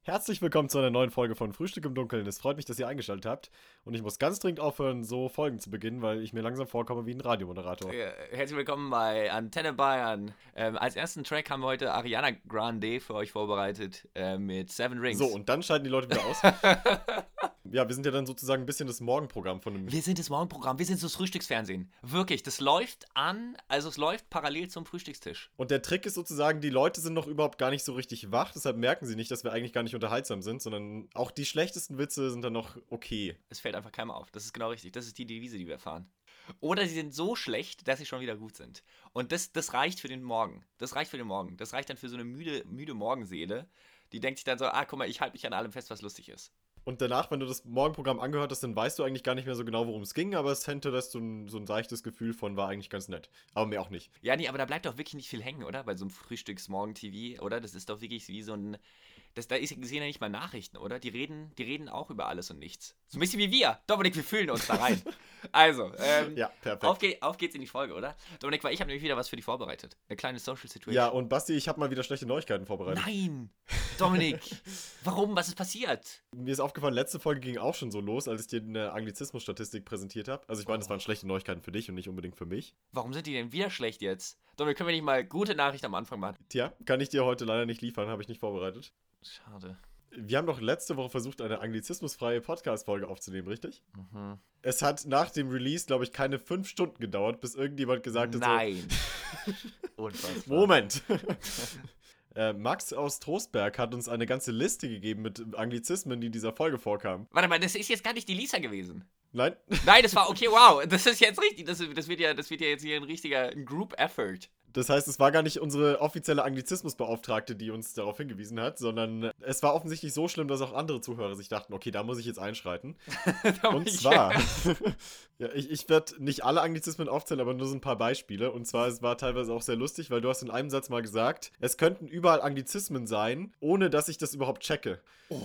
Herzlich willkommen zu einer neuen Folge von Frühstück im Dunkeln. Es freut mich, dass ihr eingeschaltet habt. Und ich muss ganz dringend aufhören, so Folgen zu beginnen, weil ich mir langsam vorkomme wie ein Radiomoderator. Ja, herzlich willkommen bei Antenne Bayern. Als ersten Track haben wir heute Ariana Grande für euch vorbereitet mit Seven Rings. So, und dann schalten die Leute wieder aus. Ja, wir sind ja dann sozusagen ein bisschen das Morgenprogramm von einem... Wir sind das Morgenprogramm, wir sind das Frühstücksfernsehen. Wirklich, das läuft an, also es läuft parallel zum Frühstückstisch. Und der Trick ist sozusagen, die Leute sind noch überhaupt gar nicht so richtig wach, deshalb merken sie nicht, dass wir eigentlich gar nicht unterhaltsam sind, sondern auch die schlechtesten Witze sind dann noch okay. Es fällt einfach keinem auf. Das ist genau richtig. Das ist die Devise, die wir fahren. Oder sie sind so schlecht, dass sie schon wieder gut sind. Und das reicht für den Morgen. Das reicht für den Morgen. Das reicht dann für so eine müde Morgenseele. Die denkt sich dann so, guck mal, ich halte mich an allem fest, was lustig ist. Und danach, wenn du das Morgenprogramm angehört hast, dann weißt du eigentlich gar nicht mehr so genau, worum es ging, aber es hinterlässt so ein seichtes Gefühl von, war eigentlich ganz nett. Aber mir auch nicht. Ja, nee, aber da bleibt doch wirklich nicht viel hängen, oder? Bei so einem Frühstücksmorgen-TV, oder? Das ist doch wirklich wie so ein... Da sehen ja nicht mal Nachrichten, oder? Die reden auch über alles und nichts. So ein bisschen wie wir. Dominik, wir fühlen uns da rein. Also, Ja, perfekt. auf geht's in die Folge, oder? Dominik, weil ich habe nämlich wieder was für dich vorbereitet. Eine kleine Social Situation. Ja, und Basti, ich habe mal wieder schlechte Neuigkeiten vorbereitet. Nein! Dominik! Warum? Was ist passiert? Mir ist aufgefallen, letzte Folge ging auch schon so los, als ich dir eine Anglizismus-Statistik präsentiert habe. Also ich meine, das waren schlechte Neuigkeiten für dich und nicht unbedingt für mich. Warum sind die denn wieder schlecht jetzt? Dominik, können wir nicht mal gute Nachricht am Anfang machen? Tja, kann ich dir heute leider nicht liefern, habe ich nicht vorbereitet. Schade. Wir haben doch letzte Woche versucht, eine anglizismusfreie Podcast-Folge aufzunehmen, richtig? Mhm. Es hat nach dem Release, glaube ich, keine 5 Stunden gedauert, bis irgendjemand gesagt hat, Nein. Unfassbar. so, Moment. Max aus Trostberg hat uns eine ganze Liste gegeben mit Anglizismen, die in dieser Folge vorkamen. Warte mal, das ist jetzt gar nicht die Lisa gewesen. Nein? Nein, das war okay, wow. Das ist jetzt richtig. Das wird ja jetzt hier ein richtiger Group-Effort. Das heißt, es war gar nicht unsere offizielle Anglizismusbeauftragte, die uns darauf hingewiesen hat, sondern es war offensichtlich so schlimm, dass auch andere Zuhörer sich dachten, okay, da muss ich jetzt einschreiten. Und zwar, ja, ich werde nicht alle Anglizismen aufzählen, aber nur so ein paar Beispiele. Und zwar, es war teilweise auch sehr lustig, weil du hast in einem Satz mal gesagt, es könnten überall Anglizismen sein, ohne dass ich das überhaupt checke. Oh.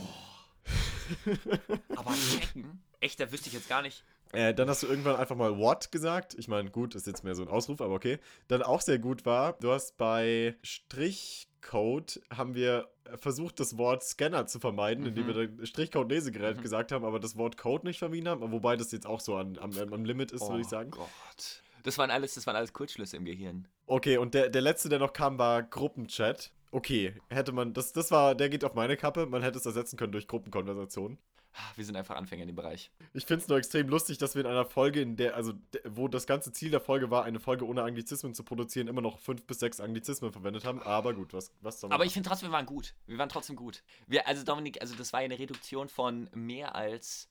Aber checken? Echt, da wüsste ich jetzt gar nicht. Dann hast du irgendwann einfach mal what gesagt. Ich meine, gut, ist jetzt mehr so ein Ausruf, aber okay. Dann auch sehr gut war, du hast bei Strichcode haben wir versucht, das Wort Scanner zu vermeiden, indem wir das Strichcode-Lesegerät gesagt haben, aber das Wort Code nicht vermieden haben, wobei das jetzt auch so am Limit ist, würde ich sagen. Oh Gott. Das waren alles Kurzschlüsse im Gehirn. Okay, und der letzte, der noch kam, war Gruppenchat. Okay, hätte man, der geht auf meine Kappe, man hätte es ersetzen können durch Gruppenkonversationen. Wir sind einfach Anfänger in dem Bereich. Ich finde es nur extrem lustig, dass wir in einer Folge, wo das ganze Ziel der Folge war, eine Folge ohne Anglizismen zu produzieren, immer noch 5 bis 6 Anglizismen verwendet haben. Aber gut, was soll man Aber ich finde trotzdem, wir waren gut. Wir waren trotzdem gut. Dominik, das war ja eine Reduktion von mehr als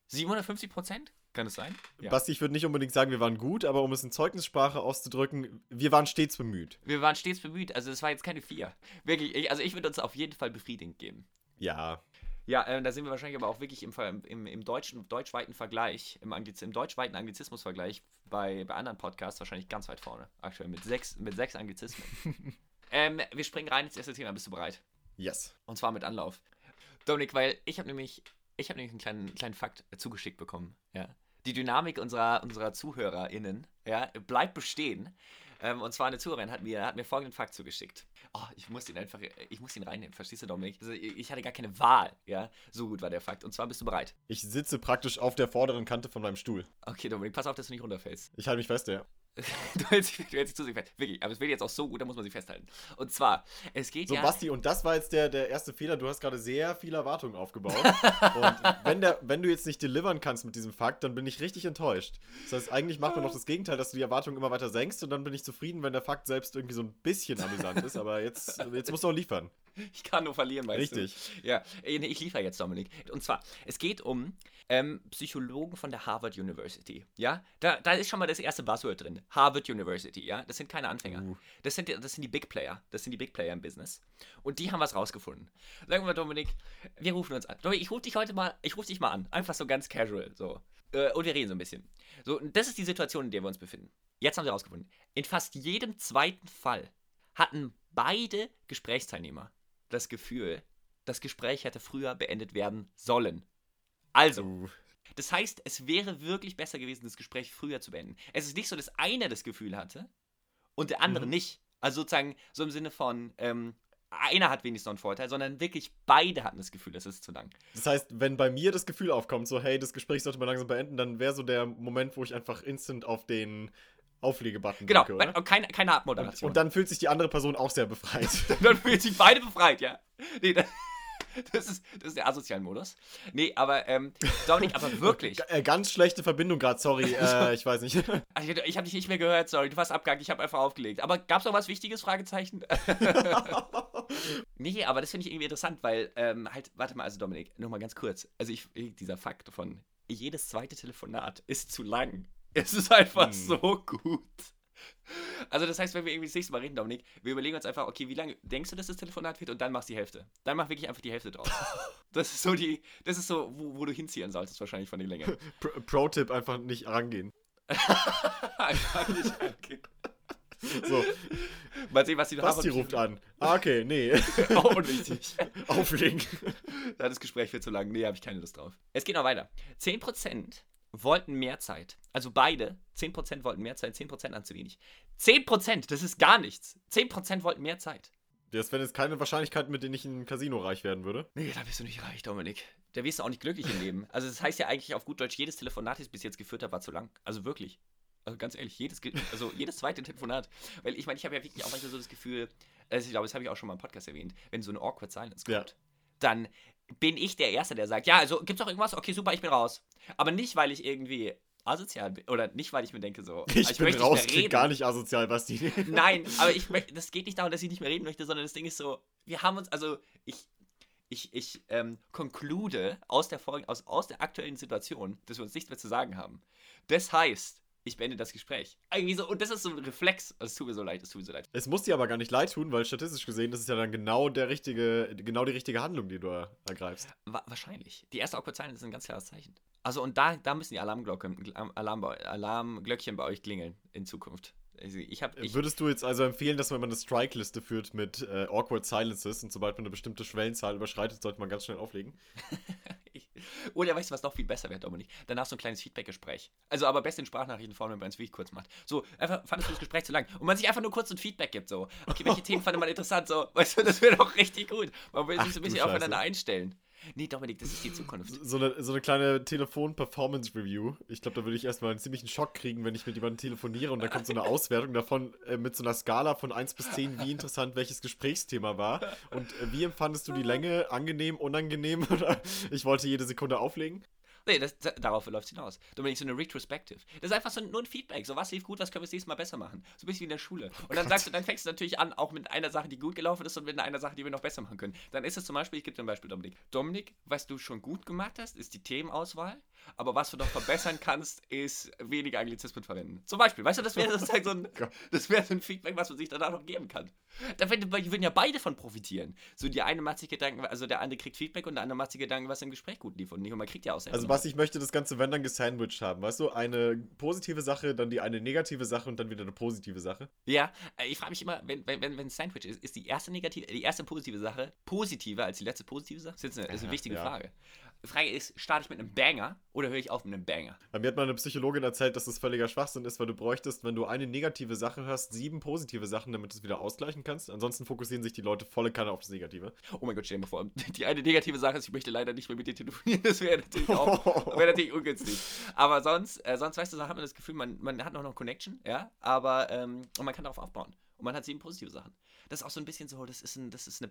750%? Kann es sein? Ja. Basti, ich würde nicht unbedingt sagen, wir waren gut, aber um es in Zeugnissprache auszudrücken, wir waren stets bemüht. Wir waren stets bemüht. Also das war jetzt keine 4. Wirklich, ich würde uns auf jeden Fall befriedigend geben. Ja. Ja, da sind wir wahrscheinlich aber auch wirklich im deutschweiten Vergleich, im deutschweiten Anglizismusvergleich bei anderen Podcasts wahrscheinlich ganz weit vorne. Aktuell mit sechs Anglizismen. Wir springen rein ins erste Thema. Bist du bereit? Yes. Und zwar mit Anlauf. Dominik, weil ich habe nämlich einen kleinen Fakt zugeschickt bekommen. Ja. Die Dynamik unserer ZuhörerInnen, ja, bleibt bestehen. Und zwar eine Zuhörerin hat mir folgenden Fakt zugeschickt. Oh, ich muss ihn reinnehmen, verstehst du, Dominik? Also ich hatte gar keine Wahl, ja? So gut war der Fakt. Und zwar, bist du bereit? Ich sitze praktisch auf der vorderen Kante von meinem Stuhl. Okay, Dominik, pass auf, dass du nicht runterfällst. Ich halte mich fest, ja. Du hältst dich zu sehr fest. Wirklich, aber es wird jetzt auch so gut, da muss man sich festhalten. Und zwar, es geht so, ja... So, Basti, und das war jetzt der erste Fehler. Du hast gerade sehr viele Erwartungen aufgebaut. Und wenn du jetzt nicht delivern kannst mit diesem Fakt, dann bin ich richtig enttäuscht. Das heißt, eigentlich macht man noch das Gegenteil, dass du die Erwartungen immer weiter senkst und dann bin ich zufrieden, wenn der Fakt selbst irgendwie so ein bisschen amüsant ist. Aber jetzt musst du auch liefern. Ich kann nur verlieren, weißt du. Richtig. Ja, ich liefere jetzt, Dominik. Und zwar, es geht um Psychologen von der Harvard University. Ja, da ist schon mal das erste Buzzword drin. Harvard University, ja. Das sind keine Anfänger. Das sind die Big Player. Das sind die Big Player im Business. Und die haben was rausgefunden. Sagen wir mal, Dominik, wir rufen uns an. Dominik, ich rufe dich mal an. Einfach so ganz casual, so. Und wir reden so ein bisschen. So, und das ist die Situation, in der wir uns befinden. Jetzt haben sie rausgefunden. In fast jedem zweiten Fall hatten beide Gesprächsteilnehmer das Gefühl, das Gespräch hätte früher beendet werden sollen. Also, das heißt, es wäre wirklich besser gewesen, das Gespräch früher zu beenden. Es ist nicht so, dass einer das Gefühl hatte und der andere nicht. Also sozusagen so im Sinne von, einer hat wenigstens noch einen Vorteil, sondern wirklich beide hatten das Gefühl, das ist zu lang. Das heißt, wenn bei mir das Gefühl aufkommt, so, hey, das Gespräch sollte man langsam beenden, dann wäre so der Moment, wo ich einfach instant auf den Auflegebutton Genau, drücke, oder? keine Abmoderation. Und dann fühlt sich die andere Person auch sehr befreit. Dann fühlen sich beide befreit, ja. Nee, das ist der asoziale Modus. Nee, aber, Dominik, aber wirklich. Ganz schlechte Verbindung gerade, sorry, ich weiß nicht. Ich habe dich nicht mehr gehört, sorry, du warst abgehakt, ich habe einfach aufgelegt. Aber gab's noch was Wichtiges, Fragezeichen? Nee, aber das finde ich irgendwie interessant, weil, warte mal, also Dominik, nur mal ganz kurz. Also dieser Fakt von, jedes zweite Telefonat ist zu lang. Es ist einfach so gut. Also das heißt, wenn wir irgendwie das nächste Mal reden, Dominik, wir überlegen uns einfach, okay, wie lange denkst du, dass das Telefonat wird und dann machst du die Hälfte. Dann mach wirklich einfach die Hälfte draus. Das ist so, wo du hinziehen solltest wahrscheinlich von der Länge. Pro-Tipp, einfach nicht rangehen. Einfach nicht rangehen. So. Mal sehen, was die Basti ruft an. Okay, nee. Oh, unwichtig. Auflegen. Das Gespräch wird zu lang. Nee, habe ich keine Lust drauf. Es geht noch weiter. 10% wollten mehr Zeit. Also beide, 10% wollten mehr Zeit, 10% an zu wenig. 10%, das ist gar nichts. 10% wollten mehr Zeit. Das wären jetzt keine Wahrscheinlichkeiten, mit denen ich in ein Casino reich werden würde. Nee, da bist du nicht reich, Dominik. Da wirst du auch nicht glücklich im Leben. Also das heißt ja eigentlich auf gut Deutsch, jedes Telefonat, das ich bis jetzt geführt habe, war zu lang. Also wirklich. Also ganz ehrlich, jedes zweite Telefonat. Weil ich meine, ich habe ja wirklich auch manchmal so das Gefühl, also ich glaube, das habe ich auch schon mal im Podcast erwähnt, wenn so eine awkward Silence kommt, dann bin ich der Erste, der sagt, ja, also gibt's auch irgendwas? Okay, super, ich bin raus. Aber nicht, weil ich irgendwie asozial bin, oder nicht, weil ich mir denke so, ich bin raus, klingt gar nicht asozial, Basti. Nein, aber das geht nicht darum, dass ich nicht mehr reden möchte, sondern das Ding ist so, wir haben uns, also ich konklude aus der aktuellen Situation, dass wir uns nichts mehr zu sagen haben. Das heißt, ich beende das Gespräch. Irgendwie so, und das ist so ein Reflex. Es tut mir so leid. Es muss dir aber gar nicht leid tun, weil statistisch gesehen, das ist ja dann genau die richtige Handlung, die du ergreifst. Wahrscheinlich. Die erste Awkward Silence ist ein ganz klares Zeichen. Also, und da müssen die Alarmglöckchen bei euch klingeln in Zukunft. Also Würdest du jetzt also empfehlen, dass man eine Strike-Liste führt mit Awkward Silences und sobald man eine bestimmte Schwellenzahl überschreitet, sollte man ganz schnell auflegen? Oder weißt du, was noch viel besser wäre, Dominik? Danach so ein kleines Feedback-Gespräch. Also aber best in Sprachnachrichtenform, wenn man es wirklich kurz macht. So, einfach, fandest du das Gespräch zu lang? Und man sich einfach nur kurz ein Feedback gibt, so. Okay, welche Themen fand man interessant? So, weißt du, das wäre doch richtig gut. Man will sich so ein bisschen aufeinander einstellen. Nee, Dominik, das ist die Zukunft. So eine kleine Telefon-Performance-Review. Ich glaube, da würde ich erstmal einen ziemlichen Schock kriegen, wenn ich mit jemandem telefoniere und da kommt so eine Auswertung davon mit so einer Skala von 1 bis 10, wie interessant welches Gesprächsthema war. Und wie empfandest du die Länge? Angenehm, unangenehm? Oder ich wollte jede Sekunde auflegen? Nee, darauf läuft es hinaus. Dominik, so eine Retrospective. Das ist einfach so nur ein Feedback. So, was lief gut, was können wir das nächste Mal besser machen? So ein bisschen wie in der Schule. Und dann fängst du natürlich an, auch mit einer Sache, die gut gelaufen ist und mit einer Sache, die wir noch besser machen können. Dann ist es zum Beispiel, ich gebe dir ein Beispiel, Dominik. Dominik, was du schon gut gemacht hast, ist die Themenauswahl. Aber was du noch verbessern kannst, ist weniger Anglizismen verwenden. Zum Beispiel, weißt du, das wäre sozusagen so ein Feedback, was man sich danach noch geben kann. Da würden ja beide von profitieren. So, die eine macht sich Gedanken, also der eine kriegt Feedback und der andere macht sich Gedanken, was im Gespräch gut lief und nicht. Und man kriegt ja auch selber. Also, ich möchte das Ganze, wenn dann gesandwiched haben, weißt du? Eine positive Sache, dann eine negative Sache und dann wieder eine positive Sache. Ja, ich frage mich immer, wenn ein Sandwich ist die erste positive Sache positiver als die letzte positive Sache? Das ist eine wichtige Frage. Die Frage ist, starte ich mit einem Banger oder höre ich auf mit einem Banger? Bei mir hat mal eine Psychologin erzählt, dass das völliger Schwachsinn ist, weil du bräuchtest, wenn du eine negative Sache hörst, 7 positive Sachen, damit du es wieder ausgleichen kannst. Ansonsten fokussieren sich die Leute volle Kanne auf das Negative. Oh mein Gott, stell dir mal vor, die eine negative Sache ist, ich möchte leider nicht mehr mit dir telefonieren. Das wäre natürlich ungünstig. Aber sonst, weißt du, so hat man das Gefühl, man hat noch eine Connection, ja, aber und man kann darauf aufbauen. Und man hat 7 positive Sachen. Das ist auch so ein bisschen so, das ist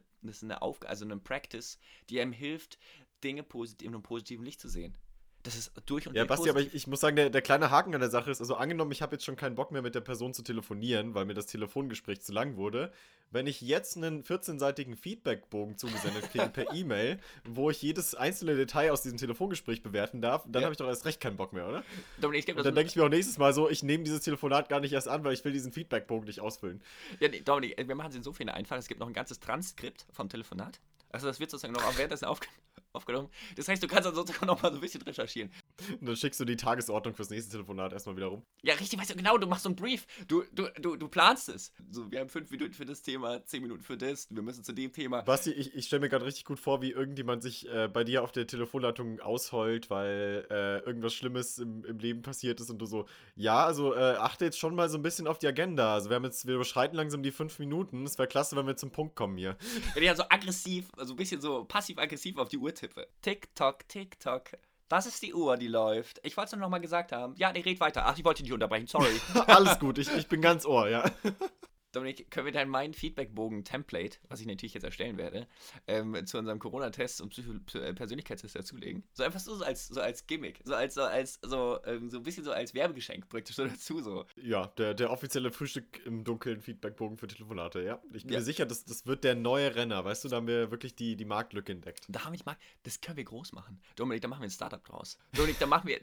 eine Practice, die einem hilft, Dinge in einem positiven Licht zu sehen. Das ist durch und durch. Ja, Basti, aber ich muss sagen, der kleine Haken an der Sache ist, also angenommen, ich habe jetzt schon keinen Bock mehr mit der Person zu telefonieren, weil mir das Telefongespräch zu lang wurde. Wenn ich jetzt einen 14-seitigen Feedbackbogen zugesendet kriege per E-Mail, wo ich jedes einzelne Detail aus diesem Telefongespräch bewerten darf, dann habe ich doch erst recht keinen Bock mehr, oder? Dominik, und dann denke ich mir auch nächstes Mal so, ich nehme dieses Telefonat gar nicht erst an, weil ich will diesen Feedbackbogen nicht ausfüllen. Ja, nee, Dominik, wir machen es insofern einfach, es gibt noch ein ganzes Transkript vom Telefonat. Also das wird sozusagen noch währenddessen aufgenommen. Das heißt, du kannst dann sozusagen noch mal so ein bisschen recherchieren. Und dann schickst du die Tagesordnung fürs nächste Telefonat erstmal wieder rum. Ja, richtig, weißt du, genau, du machst so einen Brief. Du planst es. So, wir haben 5 Minuten für das Thema, 10 Minuten für das, wir müssen zu dem Thema. Basti, ich stelle mir gerade richtig gut vor, wie irgendjemand sich bei dir auf der Telefonleitung ausheult, weil irgendwas Schlimmes im Leben passiert ist und du so, ja, also achte jetzt schon mal so ein bisschen auf die Agenda. Also wir überschreiten langsam die 5 Minuten. Es wäre klasse, wenn wir zum Punkt kommen hier. Wenn ich ja so aggressiv, also ein bisschen so passiv-aggressiv auf die Uhr tippe. Tick-Tock, Tick-Tock. Das ist die Uhr, die läuft. Ich wollte es nur noch mal gesagt haben. Ja, nee, red weiter. Ach, ich wollte dich nicht unterbrechen, sorry. Alles gut, ich bin ganz Ohr, ja. Dominik, können wir dann mein Feedbackbogen-Template, was ich natürlich jetzt erstellen werde, zu unserem Corona-Test und Persönlichkeitstest dazulegen? So einfach so als Gimmick, so ein bisschen so als Werbegeschenk praktisch so dazu. So. Ja, der offizielle Frühstück im Dunkeln Feedbackbogen für Telefonate, ja. Ich bin mir sicher, das wird der neue Renner, weißt du, da haben wir wirklich die Marktlücke entdeckt. Das können wir groß machen. Dominik, da machen wir ein Startup draus. Dominik,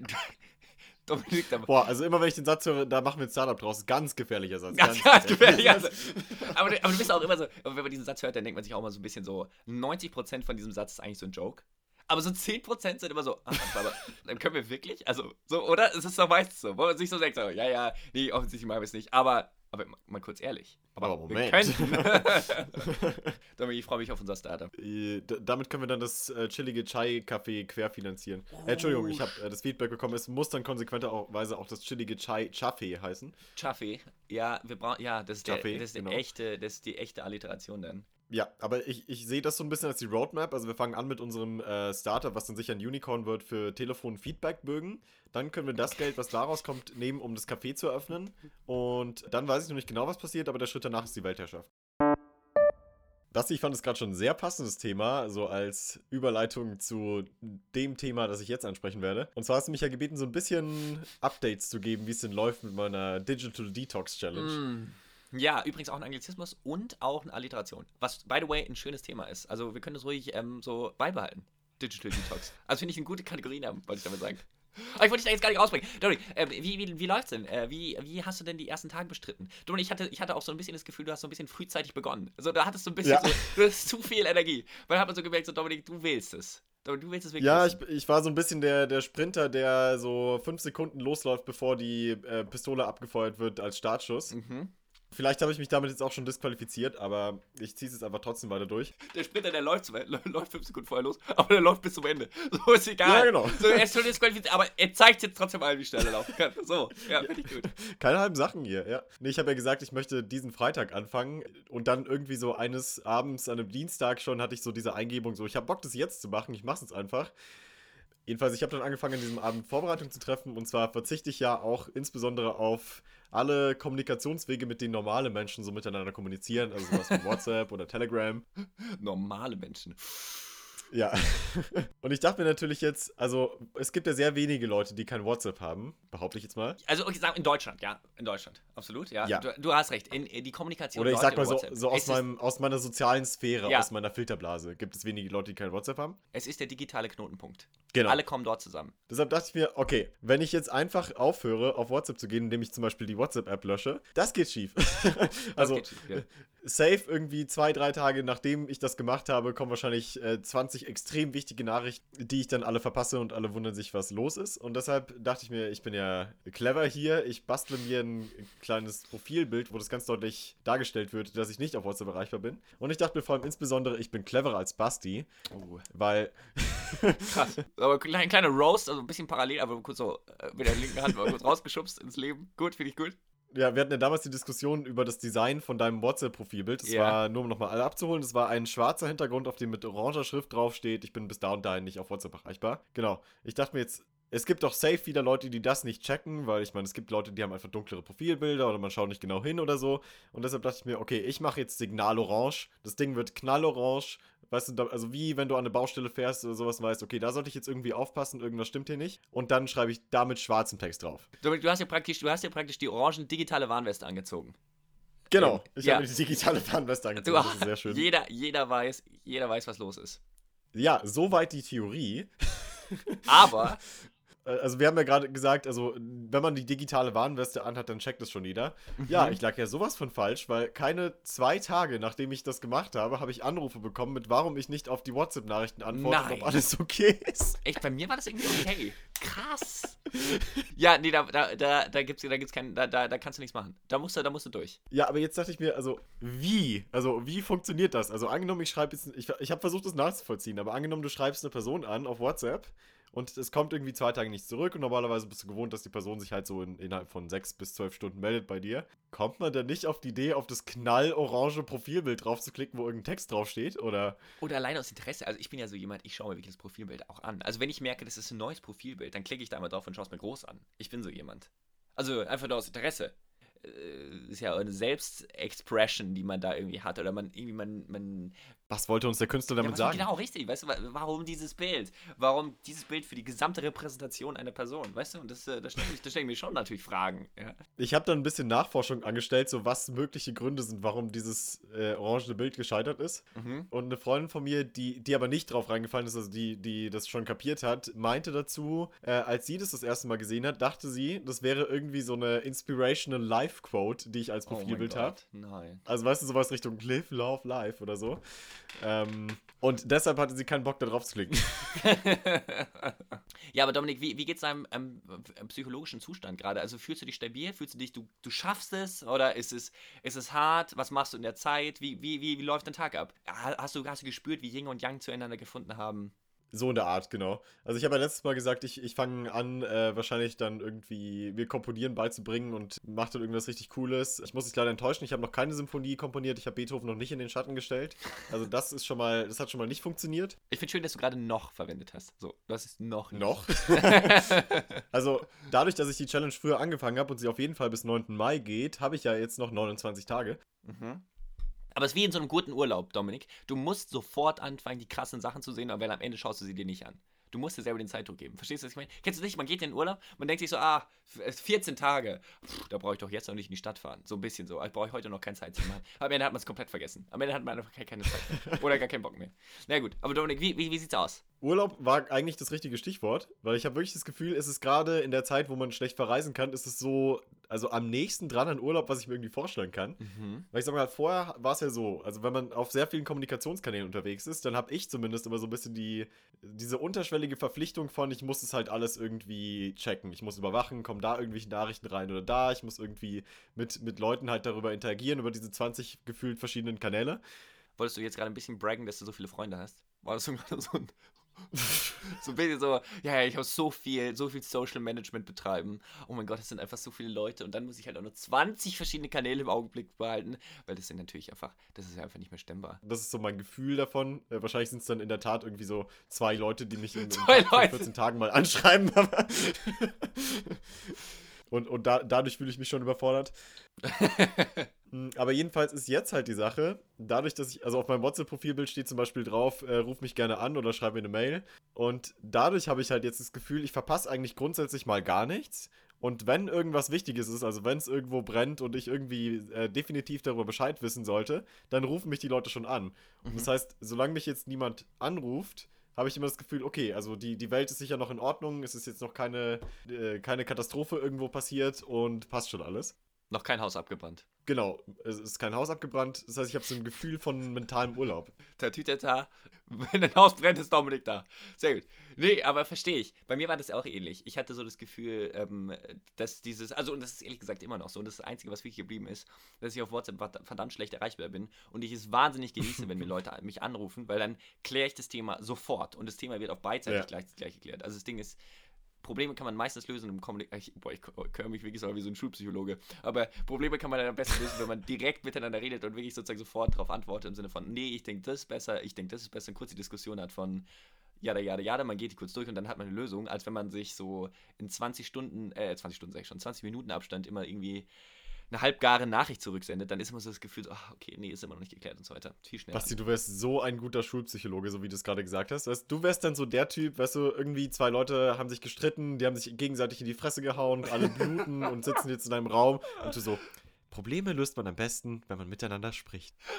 Boah, also immer wenn ich den Satz höre, da machen wir ein Startup draus. Ganz gefährlicher Satz. Ganz gefährlicher Satz. Aber du bist auch immer so, wenn man diesen Satz hört, dann denkt man sich auch immer so ein bisschen so, 90% von diesem Satz ist eigentlich so ein Joke. Aber so 10% sind immer so, aber dann können wir wirklich, also so, oder? Es ist doch meistens so, wo man sich so denkt, so, ja, nee, offensichtlich machen wir es nicht. Aber mal kurz ehrlich. Aber Moment. Wir könnten. Dominik, ich freue mich auf unser Startup. Damit können wir dann das chillige Chai-Café querfinanzieren. Entschuldigung, ich habe das Feedback bekommen, es muss dann konsequenterweise auch das chillige Chai-Chaffee heißen. Chaffee, ja, das ist die echte Alliteration dann. Ja, aber ich sehe das so ein bisschen als die Roadmap. Also wir fangen an mit unserem Startup, was dann sicher ein Unicorn wird für Telefon-Feedback-Bögen. Dann können wir das Geld, was daraus kommt, nehmen, um das Café zu eröffnen. Und dann weiß ich noch nicht genau, was passiert, aber der Schritt danach ist die Weltherrschaft. Ich fand es gerade schon ein sehr passendes Thema, so als Überleitung zu dem Thema, das ich jetzt ansprechen werde. Und zwar hast du mich ja gebeten, so ein bisschen Updates zu geben, wie es denn läuft mit meiner Digital Detox Challenge. Ja, übrigens auch ein Anglizismus und auch eine Alliteration. Was, by the way, ein schönes Thema ist. Also wir können das ruhig so beibehalten. Digital Detox. Also finde ich eine gute Kategorie, wollte ich damit sagen. Aber ich wollte dich da jetzt gar nicht rausbringen. Dominik, wie läuft's denn? Wie hast du denn die ersten Tage bestritten? Dominik, ich hatte auch so ein bisschen das Gefühl, du hast so ein bisschen frühzeitig begonnen. Also da hattest du ein bisschen du hast zu viel Energie. Weil hat man so gemerkt, so Dominik, du willst es. Du willst es wirklich. Ja, ich war so ein bisschen der Sprinter, der so 5 Sekunden losläuft, bevor die Pistole abgefeuert wird als Startschuss. Vielleicht habe ich mich damit jetzt auch schon disqualifiziert, aber ich ziehe es jetzt einfach trotzdem weiter durch. Der Sprinter, der läuft 5 Sekunden vorher los, aber der läuft bis zum Ende. So ist egal. Ja, genau. So, er ist schon disqualifiziert, aber er zeigt jetzt trotzdem allen, wie schnell er laufen kann. So, ja, finde ich gut. Keine halben Sachen hier, ja. Nee, ich habe ja gesagt, ich möchte diesen Freitag anfangen und dann irgendwie so eines Abends an einem Dienstag schon hatte ich so diese Eingebung, so ich habe Bock, das jetzt zu machen, ich mache es jetzt einfach. Jedenfalls, ich habe dann angefangen, an diesem Abend Vorbereitung zu treffen und zwar verzichte ich ja auch insbesondere auf alle Kommunikationswege, mit denen normale Menschen so miteinander kommunizieren, also sowas wie WhatsApp oder Telegram. Normale Menschen. Ja. Und ich dachte mir natürlich jetzt, also es gibt ja sehr wenige Leute, die kein WhatsApp haben, behaupte ich jetzt mal. Also ich sage in Deutschland, ja. In Deutschland, absolut, ja. Du hast recht, in die Kommunikation. Oder ich sag mal so aus meiner sozialen Sphäre, aus meiner Filterblase, gibt es wenige Leute, die kein WhatsApp haben. Es ist der digitale Knotenpunkt. Genau. Alle kommen dort zusammen. Deshalb dachte ich mir, okay, wenn ich jetzt einfach aufhöre, auf WhatsApp zu gehen, indem ich zum Beispiel die WhatsApp-App lösche, das geht schief. Also, geht schief, ja. Safe irgendwie 2-3 Tage, nachdem ich das gemacht habe, kommen wahrscheinlich 20 extrem wichtige Nachrichten, die ich dann alle verpasse und alle wundern sich, was los ist. Und deshalb dachte ich mir, ich bin ja clever hier, ich bastle mir ein kleines Profilbild, wo das ganz deutlich dargestellt wird, dass ich nicht auf WhatsApp erreichbar bin. Und ich dachte mir vor allem insbesondere, ich bin cleverer als Basti, weil... Krass. Aber ein kleiner Roast, also ein bisschen parallel, aber kurz so mit der linken Hand mal kurz rausgeschubst ins Leben. Gut, finde ich gut. Ja, wir hatten ja damals die Diskussion über das Design von deinem WhatsApp-Profilbild. Das war, nur um nochmal alle abzuholen, das war ein schwarzer Hintergrund, auf dem mit oranger Schrift draufsteht, ich bin bis da und dahin nicht auf WhatsApp erreichbar. Genau. Ich dachte mir jetzt, es gibt doch safe wieder Leute, die das nicht checken, weil ich meine, es gibt Leute, die haben einfach dunklere Profilbilder oder man schaut nicht genau hin oder so. Und deshalb dachte ich mir, okay, ich mache jetzt Signal orange. Das Ding wird knallorange. Weißt du, also wie wenn du an eine Baustelle fährst oder sowas und weißt, okay, da sollte ich jetzt irgendwie aufpassen, irgendwas stimmt hier nicht. Und dann schreibe ich da mit schwarzem Text drauf. Du hast ja praktisch die orangen digitale Warnweste angezogen. Genau, ich habe die digitale Warnweste angezogen, das ist sehr schön. Jeder weiß, was los ist. Ja, soweit die Theorie. Aber Also wir haben ja gerade gesagt, also wenn man die digitale Warnweste anhat, dann checkt das schon jeder. Ja, ich lag ja sowas von falsch, weil keine 2 Tage, nachdem ich das gemacht habe, habe ich Anrufe bekommen mit, warum ich nicht auf die WhatsApp-Nachrichten antworte und ob alles okay ist. Echt, bei mir war das irgendwie okay. Krass. Ja, nee, da gibt's keinen, da kannst du nichts machen. Da musst du durch. Ja, aber jetzt dachte ich mir, also wie? Also wie funktioniert das? Also angenommen, ich schreibe jetzt, ich habe versucht, das nachzuvollziehen, aber angenommen, du schreibst eine Person an auf WhatsApp und es kommt irgendwie 2 Tage nicht zurück und normalerweise bist du gewohnt, dass die Person sich halt so innerhalb von 6 bis 12 Stunden meldet bei dir. Kommt man denn nicht auf die Idee, auf das knallorange Profilbild drauf zu klicken, wo irgendein Text draufsteht? Oder allein aus Interesse. Also ich bin ja so jemand, ich schaue mir wirklich das Profilbild auch an. Also wenn ich merke, das ist ein neues Profilbild, dann klicke ich da mal drauf und schaue es mir groß an. Ich bin so jemand. Also einfach nur aus Interesse. Ist ja eine Selbstexpression, die man da irgendwie hat. Oder man was wollte uns der Künstler damit sagen? Genau, richtig. Weißt du, warum dieses Bild? Warum dieses Bild für die gesamte Repräsentation einer Person? Weißt du, und das stelle ich mir schon natürlich Fragen. Ja. Ich habe dann ein bisschen Nachforschung angestellt, so was mögliche Gründe sind, warum dieses orangene Bild gescheitert ist. Und eine Freundin von mir, die aber nicht drauf reingefallen ist, also die das schon kapiert hat, meinte dazu, als sie das erste Mal gesehen hat, dachte sie, das wäre irgendwie so eine inspirational Life-Quote, die ich als Profilbild habe. Nein. Also weißt du, sowas Richtung Live, Love, Life oder so. Und deshalb hatte sie keinen Bock, da drauf zu klicken. Ja, aber Dominik, wie geht's deinem psychologischen Zustand gerade? Also fühlst du dich stabil? Fühlst du dich, du schaffst es? Oder ist es hart? Was machst du in der Zeit? Wie läuft dein Tag ab? Hast du gespürt, wie Yin und Yang zueinander gefunden haben? So in der Art, genau. Also ich habe ja letztes Mal gesagt, ich fange an, wahrscheinlich dann irgendwie mir Komponieren beizubringen und mache dann irgendwas richtig Cooles. Ich muss dich leider enttäuschen, ich habe noch keine Symphonie komponiert, ich habe Beethoven noch nicht in den Schatten gestellt. Also das hat schon mal nicht funktioniert. Ich finde schön, dass du gerade noch verwendet hast. So, das ist noch. Noch? Also dadurch, dass ich die Challenge früher angefangen habe und sie auf jeden Fall bis 9. Mai geht, habe ich ja jetzt noch 29 Tage. Aber es ist wie in so einem guten Urlaub, Dominik. Du musst sofort anfangen, die krassen Sachen zu sehen, aber am Ende schaust du sie dir nicht an. Du musst dir selber den Zeitdruck geben. Verstehst du, was ich meine? Kennst du nicht, man geht in den Urlaub, man denkt sich so, 14 Tage. Da brauche ich doch jetzt noch nicht in die Stadt fahren. So ein bisschen so. Ich brauche heute noch keine Zeit zu machen. Aber am Ende hat man es komplett vergessen. Am Ende hat man einfach keine Zeit mehr. Oder gar keinen Bock mehr. Na gut, aber Dominik, wie sieht's aus? Urlaub war eigentlich das richtige Stichwort, weil ich habe wirklich das Gefühl, es ist gerade in der Zeit, wo man schlecht verreisen kann, ist es so, also am nächsten dran an Urlaub, was ich mir irgendwie vorstellen kann. Weil ich sag mal, vorher war es ja so, also wenn man auf sehr vielen Kommunikationskanälen unterwegs ist, dann habe ich zumindest immer so ein bisschen diese unterschwellige Verpflichtung von, ich muss es halt alles irgendwie checken. Ich muss überwachen, kommen da irgendwelche Nachrichten rein oder da, ich muss irgendwie mit Leuten halt darüber interagieren, über diese 20 gefühlt verschiedenen Kanäle. Wolltest du jetzt gerade ein bisschen braggen, dass du so viele Freunde hast? War das so ein so ein bisschen so, ja, ich muss so viel Social Management betreiben. Oh mein Gott, das sind einfach so viele Leute und dann muss ich halt auch nur 20 verschiedene Kanäle im Augenblick behalten, weil das ist ja einfach nicht mehr stemmbar. Das ist so mein Gefühl davon. Wahrscheinlich sind es dann in der Tat irgendwie so 2 Leute, die mich in 14 Tagen mal anschreiben. Und dadurch fühle ich mich schon überfordert. Aber jedenfalls ist jetzt halt die Sache, dadurch, dass also auf meinem WhatsApp-Profilbild steht zum Beispiel drauf, ruf mich gerne an oder schreib mir eine Mail. Und dadurch habe ich halt jetzt das Gefühl, ich verpasse eigentlich grundsätzlich mal gar nichts. Und wenn irgendwas Wichtiges ist, also wenn es irgendwo brennt und ich irgendwie definitiv darüber Bescheid wissen sollte, dann rufen mich die Leute schon an. Und das heißt, solange mich jetzt niemand anruft, habe ich immer das Gefühl, okay, also die Welt ist sicher noch in Ordnung, es ist jetzt noch keine Katastrophe irgendwo passiert und passt schon alles. Noch kein Haus abgebrannt. Genau, es ist kein Haus abgebrannt, das heißt, ich habe so ein Gefühl von mentalem Urlaub. Tatütata, wenn ein Haus brennt, ist Dominik da. Sehr gut. Nee, aber verstehe ich. Bei mir war das auch ähnlich. Ich hatte so das Gefühl, dass und das ist ehrlich gesagt immer noch so, und das ist das Einzige, was wirklich geblieben ist, dass ich auf WhatsApp verdammt schlecht erreichbar bin und ich es wahnsinnig genieße, wenn mir Leute mich anrufen, weil dann kläre ich das Thema sofort und das Thema wird auch beidseitig gleich geklärt. Also das Ding ist, Probleme kann man meistens lösen im ich höre mich wirklich so wie so ein Schulpsychologe, aber Probleme kann man dann am besten lösen, wenn man direkt miteinander redet und wirklich sozusagen sofort darauf antwortet im Sinne von, nee, ich denke, das ist besser, und kurz die Diskussion hat von jada, man geht die kurz durch und dann hat man eine Lösung, als wenn man sich so in 20 Minuten Abstand immer irgendwie eine halbgare Nachricht zurücksendet, dann ist immer so das Gefühl, okay, nee, ist immer noch nicht geklärt und so weiter. Viel schneller. Basti, du wärst so ein guter Schulpsychologe, so wie du es gerade gesagt hast. Du wärst dann so der Typ, weißt du, irgendwie 2 Leute haben sich gestritten, die haben sich gegenseitig in die Fresse gehauen, alle bluten und sitzen jetzt in einem Raum und du so, Probleme löst man am besten, wenn man miteinander spricht. Also ich habe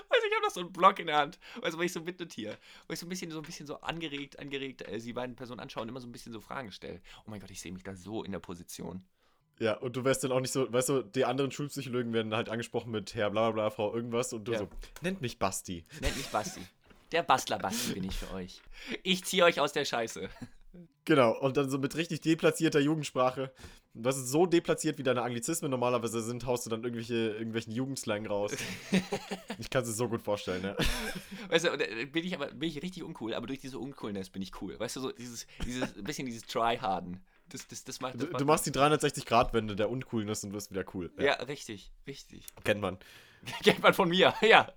noch so einen Block in der Hand. Also, weil ich so mitnotiere. Weil ich so ein bisschen so angeregt die beiden Personen anschauen und immer so ein bisschen so Fragen stelle. Oh mein Gott, ich sehe mich da so in der Position. Ja, und du wärst dann auch nicht so, weißt du, die anderen Schulpsychologen werden halt angesprochen mit Herr bla bla bla, Frau irgendwas und du so, nennt mich Basti. Nennt mich Basti. Der Bastler Basti bin ich für euch. Ich ziehe euch aus der Scheiße. Genau, und dann so mit richtig deplatzierter Jugendsprache. Was ist so deplatziert, wie deine Anglizismen normalerweise sind, haust du dann irgendwelchen Jugendslang raus. Ich kann es mir so gut vorstellen, ja. Weißt du, bin ich richtig uncool, aber durch diese Uncoolness bin ich cool. Weißt du, so dieses Tryharden. Das macht. Du machst die 360-Grad-Wende der Uncoolness und wirst wieder cool. Ja, richtig. Kennt man. Kennt man von mir, ja.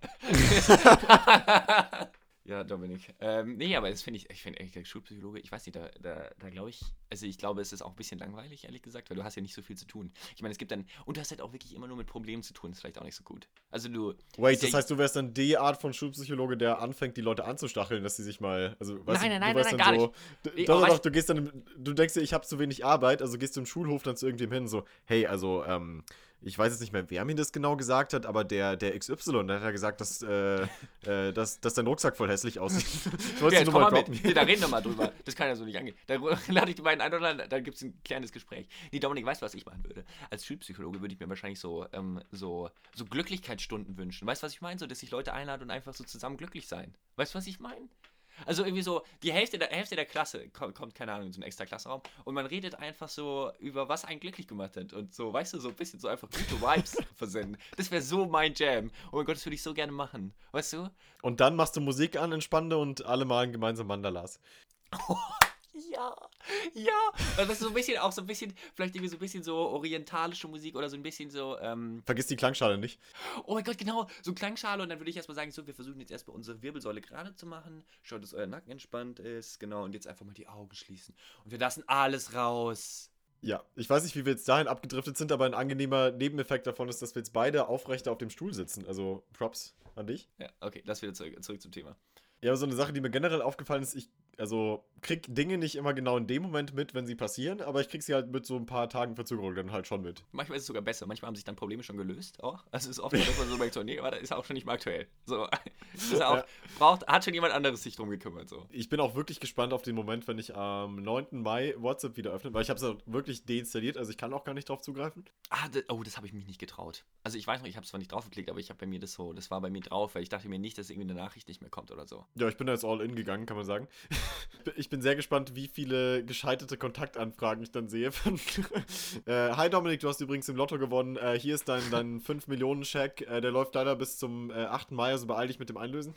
Ja, Dominik. Nee, aber ich finde echt, der Schulpsychologe, ich weiß nicht, da glaube ich, also ich glaube, es ist auch ein bisschen langweilig, ehrlich gesagt, weil du hast ja nicht so viel zu tun. Ich meine, und du hast halt auch wirklich immer nur mit Problemen zu tun, ist vielleicht auch nicht so gut. Also das heißt, du wärst dann die Art von Schulpsychologe, der anfängt, die Leute anzustacheln, dass sie sich mal, also, weißt nein, du, gar so, nicht. Doch, du gehst dann, du denkst dir, ich habe zu wenig Arbeit, also gehst du im Schulhof dann zu irgendjemandem hin, so, hey, also, ich weiß jetzt nicht mehr, wer mir das genau gesagt hat, aber der XY, der hat ja gesagt, dass dein Rucksack voll hässlich aussieht. Ich wollte nur mal droppen. Da reden wir mal drüber. Das kann ja so nicht angehen. Da lade ich die beiden ein oder dann gibt es ein kleines Gespräch. Nee, Dominik, weißt du, was ich machen würde? Als Schulpsychologe würde ich mir wahrscheinlich so Glücklichkeitsstunden wünschen. Weißt du, was ich meine? So, dass ich Leute einlade und einfach so zusammen glücklich sein. Weißt du, was ich meine? Also irgendwie so, die Hälfte der Klasse kommt, keine Ahnung, in so einen extra Klassenraum und man redet einfach so über, was einen glücklich gemacht hat und so, weißt du, so ein bisschen so einfach gute Vibes versenden. Das wäre so mein Jam. Oh mein Gott, das würde ich so gerne machen. Weißt du? Und dann machst du Musik an, entspannte und alle malen gemeinsam Mandalas. Ja. Also das ist vielleicht irgendwie so ein bisschen so orientalische Musik oder so ein bisschen so, Vergiss die Klangschale nicht. Oh mein Gott, genau, so Klangschale und dann würde ich erstmal sagen, so, wir versuchen jetzt erstmal unsere Wirbelsäule gerade zu machen. Schaut, dass euer Nacken entspannt ist, genau, und jetzt einfach mal die Augen schließen. Und wir lassen alles raus. Ja, ich weiß nicht, wie wir jetzt dahin abgedriftet sind, aber ein angenehmer Nebeneffekt davon ist, dass wir jetzt beide aufrechter auf dem Stuhl sitzen. Also Props an dich. Ja, okay, lass wieder zurück zum Thema. Ja, aber so eine Sache, die mir generell aufgefallen ist, ich krieg Dinge nicht immer genau in dem Moment mit, wenn sie passieren, aber ich krieg sie halt mit so ein paar Tagen Verzögerung dann halt schon mit. Manchmal ist es sogar besser. Manchmal haben sich dann Probleme schon gelöst auch. Also es ist oft so, dass man so merkt, so, nee, aber da ist auch schon nicht mehr aktuell. So, ist auch, hat schon jemand anderes sich drum gekümmert. So. Ich bin auch wirklich gespannt auf den Moment, wenn ich am 9. Mai WhatsApp wieder öffne, weil ich habe es auch wirklich deinstalliert, also ich kann auch gar nicht drauf zugreifen. Das habe ich mich nicht getraut. Also ich weiß noch, ich habe es zwar nicht drauf geklickt, aber ich habe bei mir das war bei mir drauf, weil ich dachte mir nicht, dass irgendwie eine Nachricht nicht mehr kommt oder so. Ja, ich bin da jetzt all in gegangen, kann man sagen. Ich bin sehr gespannt, wie viele gescheiterte Kontaktanfragen ich dann sehe. Hi Dominik, du hast übrigens im Lotto gewonnen. Hier ist dein 5-Millionen-Scheck. Der läuft leider bis zum 8. Mai, also beeil dich mit dem Einlösen.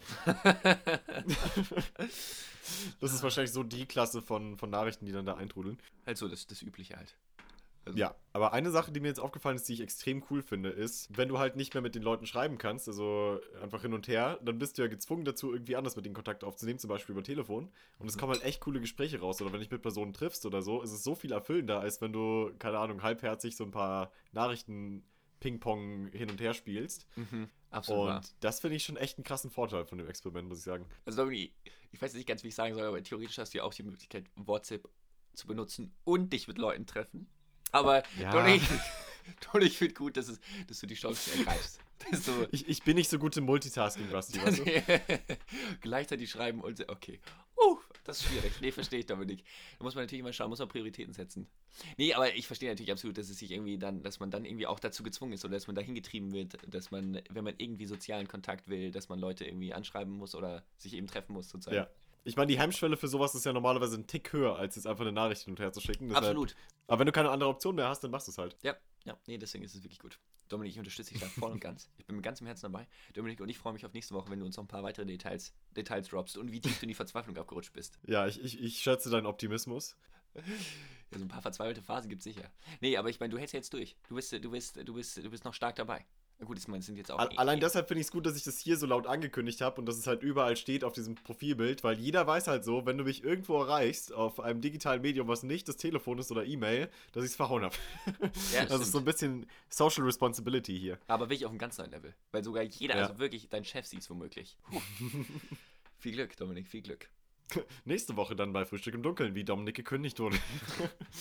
Das ist wahrscheinlich so die Klasse von Nachrichten, die dann da eintrudeln. Halt so, das Übliche halt. Also ja, aber eine Sache, die mir jetzt aufgefallen ist, die ich extrem cool finde, ist, wenn du halt nicht mehr mit den Leuten schreiben kannst, also einfach hin und her, dann bist du ja gezwungen dazu, irgendwie anders mit denen Kontakt aufzunehmen, zum Beispiel über Telefon. Und es kommen halt echt coole Gespräche raus. Oder wenn dich mit Personen triffst oder so, ist es so viel erfüllender, als wenn du, keine Ahnung, halbherzig so ein paar Nachrichten Ping-Pong hin und her spielst. Absolut. Und wahr. das finde ich schon echt einen krassen Vorteil von dem Experiment, muss ich sagen. Also Dominik, ich weiß nicht ganz, wie ich sagen soll, aber theoretisch hast du ja auch die Möglichkeit, WhatsApp zu benutzen und dich mit Leuten treffen. Aber ja. Dominik finde gut, dass du die Chance ergreifst. Ich bin nicht so gut im Multitasking, Basti, weißt du? Gleichzeitig schreiben und okay. Das ist schwierig. Nee, verstehe ich, Dominik. Da muss man natürlich immer schauen, muss man Prioritäten setzen. Nee, aber ich verstehe natürlich absolut, dass es sich irgendwie dass man dann irgendwie auch dazu gezwungen ist oder dass man dahin getrieben wird, dass man, wenn man irgendwie sozialen Kontakt will, dass man Leute irgendwie anschreiben muss oder sich eben treffen muss, sozusagen. Ja. Ich meine, die Hemmschwelle für sowas ist ja normalerweise ein Tick höher, als jetzt einfach eine Nachricht hin und her zu schicken. Deshalb, absolut. Aber wenn du keine andere Option mehr hast, dann machst du es halt. Ja, nee, deswegen ist es wirklich gut. Dominik, ich unterstütze dich da voll und ganz. Ich bin mit ganzem Herzen dabei. Dominik und ich freue mich auf nächste Woche, wenn du uns noch ein paar weitere Details droppst und wie tief du in die Verzweiflung abgerutscht bist. Ja, ich schätze deinen Optimismus. Ja, so ein paar verzweifelte Phasen gibt es sicher. Nee, aber ich meine, du hältst ja jetzt durch. Du bist noch stark dabei. Na gut, es sind jetzt auch... Allein deshalb finde ich es gut, dass ich das hier so laut angekündigt habe und dass es halt überall steht auf diesem Profilbild, weil jeder weiß halt so, wenn du mich irgendwo erreichst, auf einem digitalen Medium, was nicht das Telefon ist oder E-Mail, dass ich es verhauen habe. Ja, das ist so ein bisschen Social Responsibility hier. Aber wirklich auf einem ganz neuen Level. Weil sogar jeder, also wirklich, dein Chef sieht es womöglich. Viel Glück, Dominik, viel Glück. Nächste Woche dann bei Frühstück im Dunkeln, wie Dominik gekündigt wurde.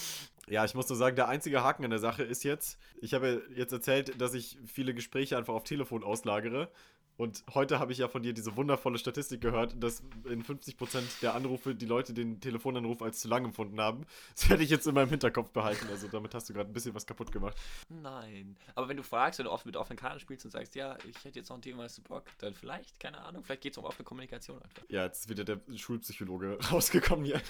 Ja, ich muss nur sagen, der einzige Haken an der Sache ist jetzt, ich habe jetzt erzählt, dass ich viele Gespräche einfach auf Telefon auslagere. Und heute habe ich ja von dir diese wundervolle Statistik gehört, dass in 50% der Anrufe die Leute den Telefonanruf als zu lang empfunden haben. Das werde ich jetzt in meinem Hinterkopf behalten. Also damit hast du gerade ein bisschen was kaputt gemacht. Nein. Aber wenn du fragst, wenn du oft mit offenen Karten spielst und sagst, ja, ich hätte jetzt noch ein Thema, hast du Bock, dann vielleicht, keine Ahnung, vielleicht geht es um offene Kommunikation einfach. Ja, jetzt ist wieder der Schulpsychologe rausgekommen hier.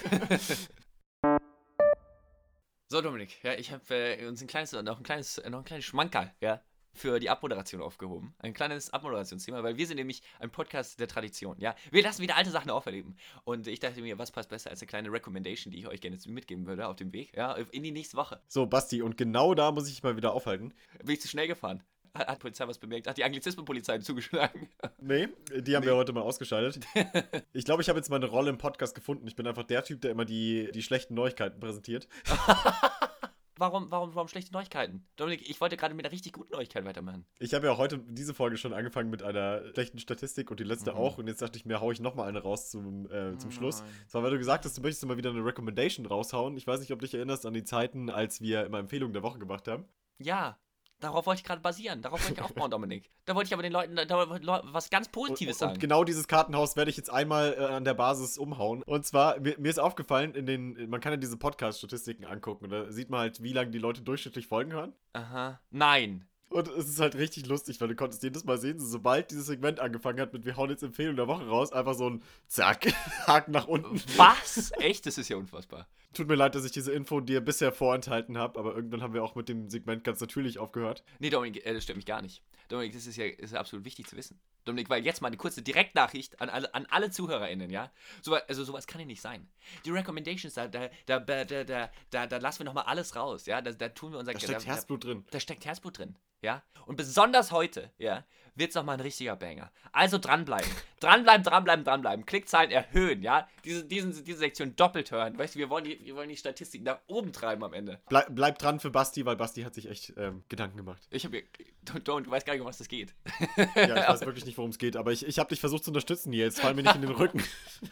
So, Dominik, ja, ich habe uns noch ein kleines Schmankerl, ja, für die Abmoderation aufgehoben. Ein kleines Abmoderationsthema, weil wir sind nämlich ein Podcast der Tradition, ja. Wir lassen wieder alte Sachen auferleben. Und ich dachte mir, was passt besser als eine kleine Recommendation, die ich euch gerne mitgeben würde auf dem Weg, ja, in die nächste Woche. So, Basti, und genau da muss ich mal wieder aufhalten. Bin ich zu schnell gefahren? Hat die Polizei was bemerkt? Hat die Anglizismenpolizei zugeschlagen? Nee, die haben wir heute mal ausgeschaltet. Ich glaube, ich habe jetzt meine Rolle im Podcast gefunden. Ich bin einfach der Typ, der immer die schlechten Neuigkeiten präsentiert. Warum schlechte Neuigkeiten? Dominik, ich wollte gerade mit einer richtig guten Neuigkeit weitermachen. Ich habe ja heute diese Folge schon angefangen mit einer schlechten Statistik und die letzte auch. Und jetzt dachte ich mir, hau ich nochmal eine raus zum Schluss. Zwar, weil du gesagt hast, du möchtest mal wieder eine Recommendation raushauen. Ich weiß nicht, ob du dich erinnerst an die Zeiten, als wir immer Empfehlungen der Woche gemacht haben. Ja, darauf wollte ich gerade basieren. Darauf wollte ich aufbauen, Dominik. Da wollte ich aber den Leuten was ganz Positives sagen. Und genau dieses Kartenhaus werde ich jetzt einmal an der Basis umhauen. Und zwar, mir ist aufgefallen, man kann ja diese Podcast-Statistiken angucken. Und da sieht man halt, wie lange die Leute durchschnittlich Folgen hören. Aha. Nein. Und es ist halt richtig lustig, weil du konntest jedes Mal sehen, sobald dieses Segment angefangen hat mit wir hauen jetzt Empfehlung der Woche raus, einfach so ein Zack, Haken nach unten. Was? Echt? Das ist ja unfassbar. Tut mir leid, dass ich diese Info dir bisher vorenthalten habe, aber irgendwann haben wir auch mit dem Segment ganz natürlich aufgehört. Nee, Dominik, das stört mich gar nicht. Dominik, das ist ja absolut wichtig zu wissen. Dominik, weil jetzt mal eine kurze Direktnachricht an alle ZuhörerInnen, ja? Sowas kann ja nicht sein. Die Recommendations, da lassen wir nochmal alles raus, ja? Da tun wir unser... Da steckt Herzblut drin. Da steckt Herzblut drin, ja? Und besonders heute, ja, wird's nochmal ein richtiger Banger. Also dranbleiben. Dranbleiben. Klickzahlen erhöhen, ja? Diese Sektion doppelt hören. Weißt du, wir wollen die Statistiken nach oben treiben am Ende. Bleib dran für Basti, weil Basti hat sich echt Gedanken gemacht. Du weißt gar nicht, um was das geht. Ja, ich weiß wirklich nicht, worum es geht, aber ich habe dich versucht zu unterstützen hier. Jetzt fall mir nicht in den Rücken.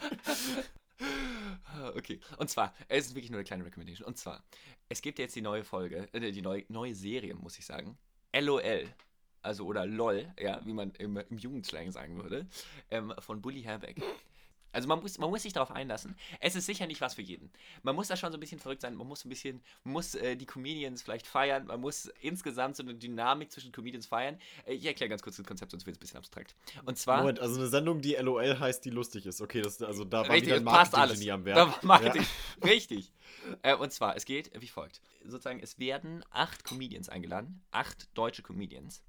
Okay, und zwar, es ist wirklich nur eine kleine Recommendation. Und zwar, es gibt jetzt die neue Folge, die neue Serie, muss ich sagen. LOL, also oder LOL, ja, wie man im Jugendslang sagen würde, von Bully Herbeck. Also man muss sich darauf einlassen. Es ist sicher nicht was für jeden. Man muss da schon so ein bisschen verrückt sein. Man muss die Comedians vielleicht feiern. Man muss insgesamt so eine Dynamik zwischen Comedians feiern. Ich erkläre ganz kurz das Konzept, sonst wird es ein bisschen abstrakt. Und zwar... Moment, also eine Sendung, die LOL heißt, die lustig ist. Okay, da war richtig, wieder ein Marketing-Genie am Werk. Da war Marketing, ja. Richtig. Und zwar, es geht wie folgt. Sozusagen, es werden 8 Comedians eingeladen. 8 deutsche Comedians.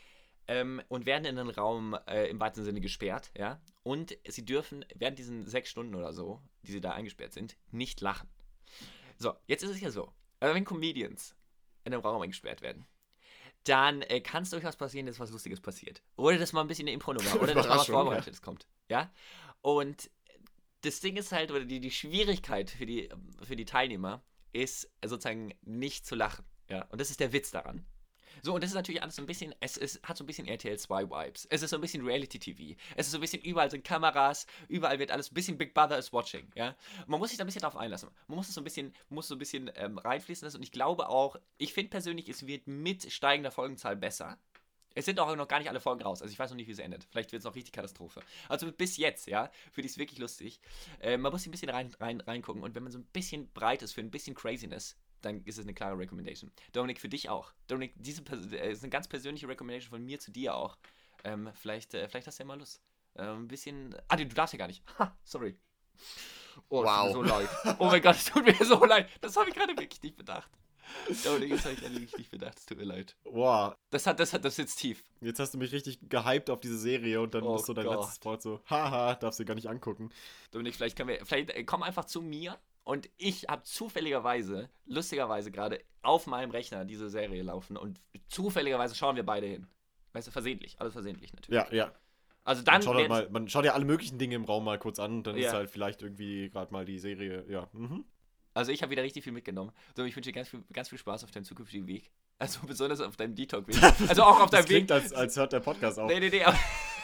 Und werden in einen Raum im weitesten Sinne gesperrt, ja. Und sie dürfen während diesen 6 Stunden oder so, die sie da eingesperrt sind, nicht lachen. So, jetzt ist es ja so, wenn Comedians in einem Raum eingesperrt werden, dann kann es durchaus passieren, dass was Lustiges passiert. Oder dass mal ein bisschen eine Impro-Nummer oder dass mal was Vorbereitetes kommt, ja. Und das Ding ist halt, oder die Schwierigkeit für die Teilnehmer ist sozusagen nicht zu lachen, ja. Und das ist der Witz daran. So, und das ist natürlich alles so ein bisschen, es hat so ein bisschen RTL 2 Vibes. Es ist so ein bisschen Reality-TV. Es ist so ein bisschen, überall sind Kameras, überall wird alles ein bisschen Big Brother is watching, ja. Und man muss sich da ein bisschen drauf einlassen. Man muss es so ein bisschen reinfließen lassen. Und ich glaube auch, ich finde persönlich, es wird mit steigender Folgenzahl besser. Es sind auch noch gar nicht alle Folgen raus. Also ich weiß noch nicht, wie es endet. Vielleicht wird es noch richtig Katastrophe. Also bis jetzt, ja, finde ich es wirklich lustig. Man muss ein bisschen reingucken. Und wenn man so ein bisschen breit ist für ein bisschen Craziness, dann ist es eine klare Recommendation. Dominik, für dich auch. Dominik, diese ist eine ganz persönliche Recommendation von mir zu dir auch. Vielleicht hast du ja mal Lust. Ein bisschen... Ah, du darfst ja gar nicht. Ha, sorry. Oh, wow. Das tut mir so leid. Oh mein Gott, es tut mir so leid. Das habe ich gerade wirklich nicht bedacht. Dominik, das habe ich gerade wirklich nicht bedacht. Es tut mir leid. Wow. Das sitzt tief. Jetzt hast du mich richtig gehypt auf diese Serie und dann musst du dein letztes Wort so, haha, darfst du gar nicht angucken. Dominik, vielleicht komm einfach zu mir. Und ich habe lustigerweise gerade auf meinem Rechner diese Serie laufen und zufälligerweise schauen wir beide hin. Weißt du, alles versehentlich natürlich. Ja. Also dann man schaut ja alle möglichen Dinge im Raum mal kurz an, dann ist halt vielleicht irgendwie gerade mal die Serie, ja. Mhm. Also ich habe wieder richtig viel mitgenommen. So, ich wünsche dir ganz viel Spaß auf deinem zukünftigen Weg. Also besonders auf deinem Detox-Weg. Also auch auf deinem Weg. Das klingt, als hört der Podcast auf. Nee.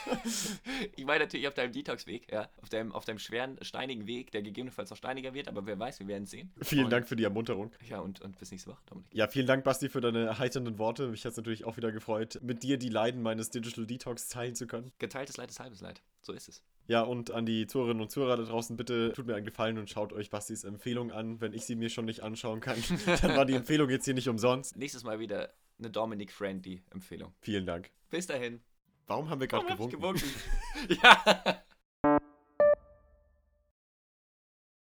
Ich meine natürlich auf deinem Detox-Weg, ja. Auf deinem schweren, steinigen Weg, der gegebenenfalls noch steiniger wird, aber wer weiß, wir werden es sehen. Vielen Dank für die Ermunterung. Ja, und bis nächste Woche, Dominik. Ja, vielen Dank, Basti, für deine erheiternden Worte. Mich hat es natürlich auch wieder gefreut, mit dir die Leiden meines Digital Detox teilen zu können. Geteiltes Leid ist halbes Leid. So ist es. Ja, und an die Zuhörerinnen und Zuhörer da draußen, bitte tut mir einen Gefallen und schaut euch Bastis Empfehlung an. Wenn ich sie mir schon nicht anschauen kann, dann war die Empfehlung jetzt hier nicht umsonst. Nächstes Mal wieder eine Dominic-Friendly Empfehlung. Vielen Dank. Bis dahin. Warum haben wir gerade gewunken? Ja.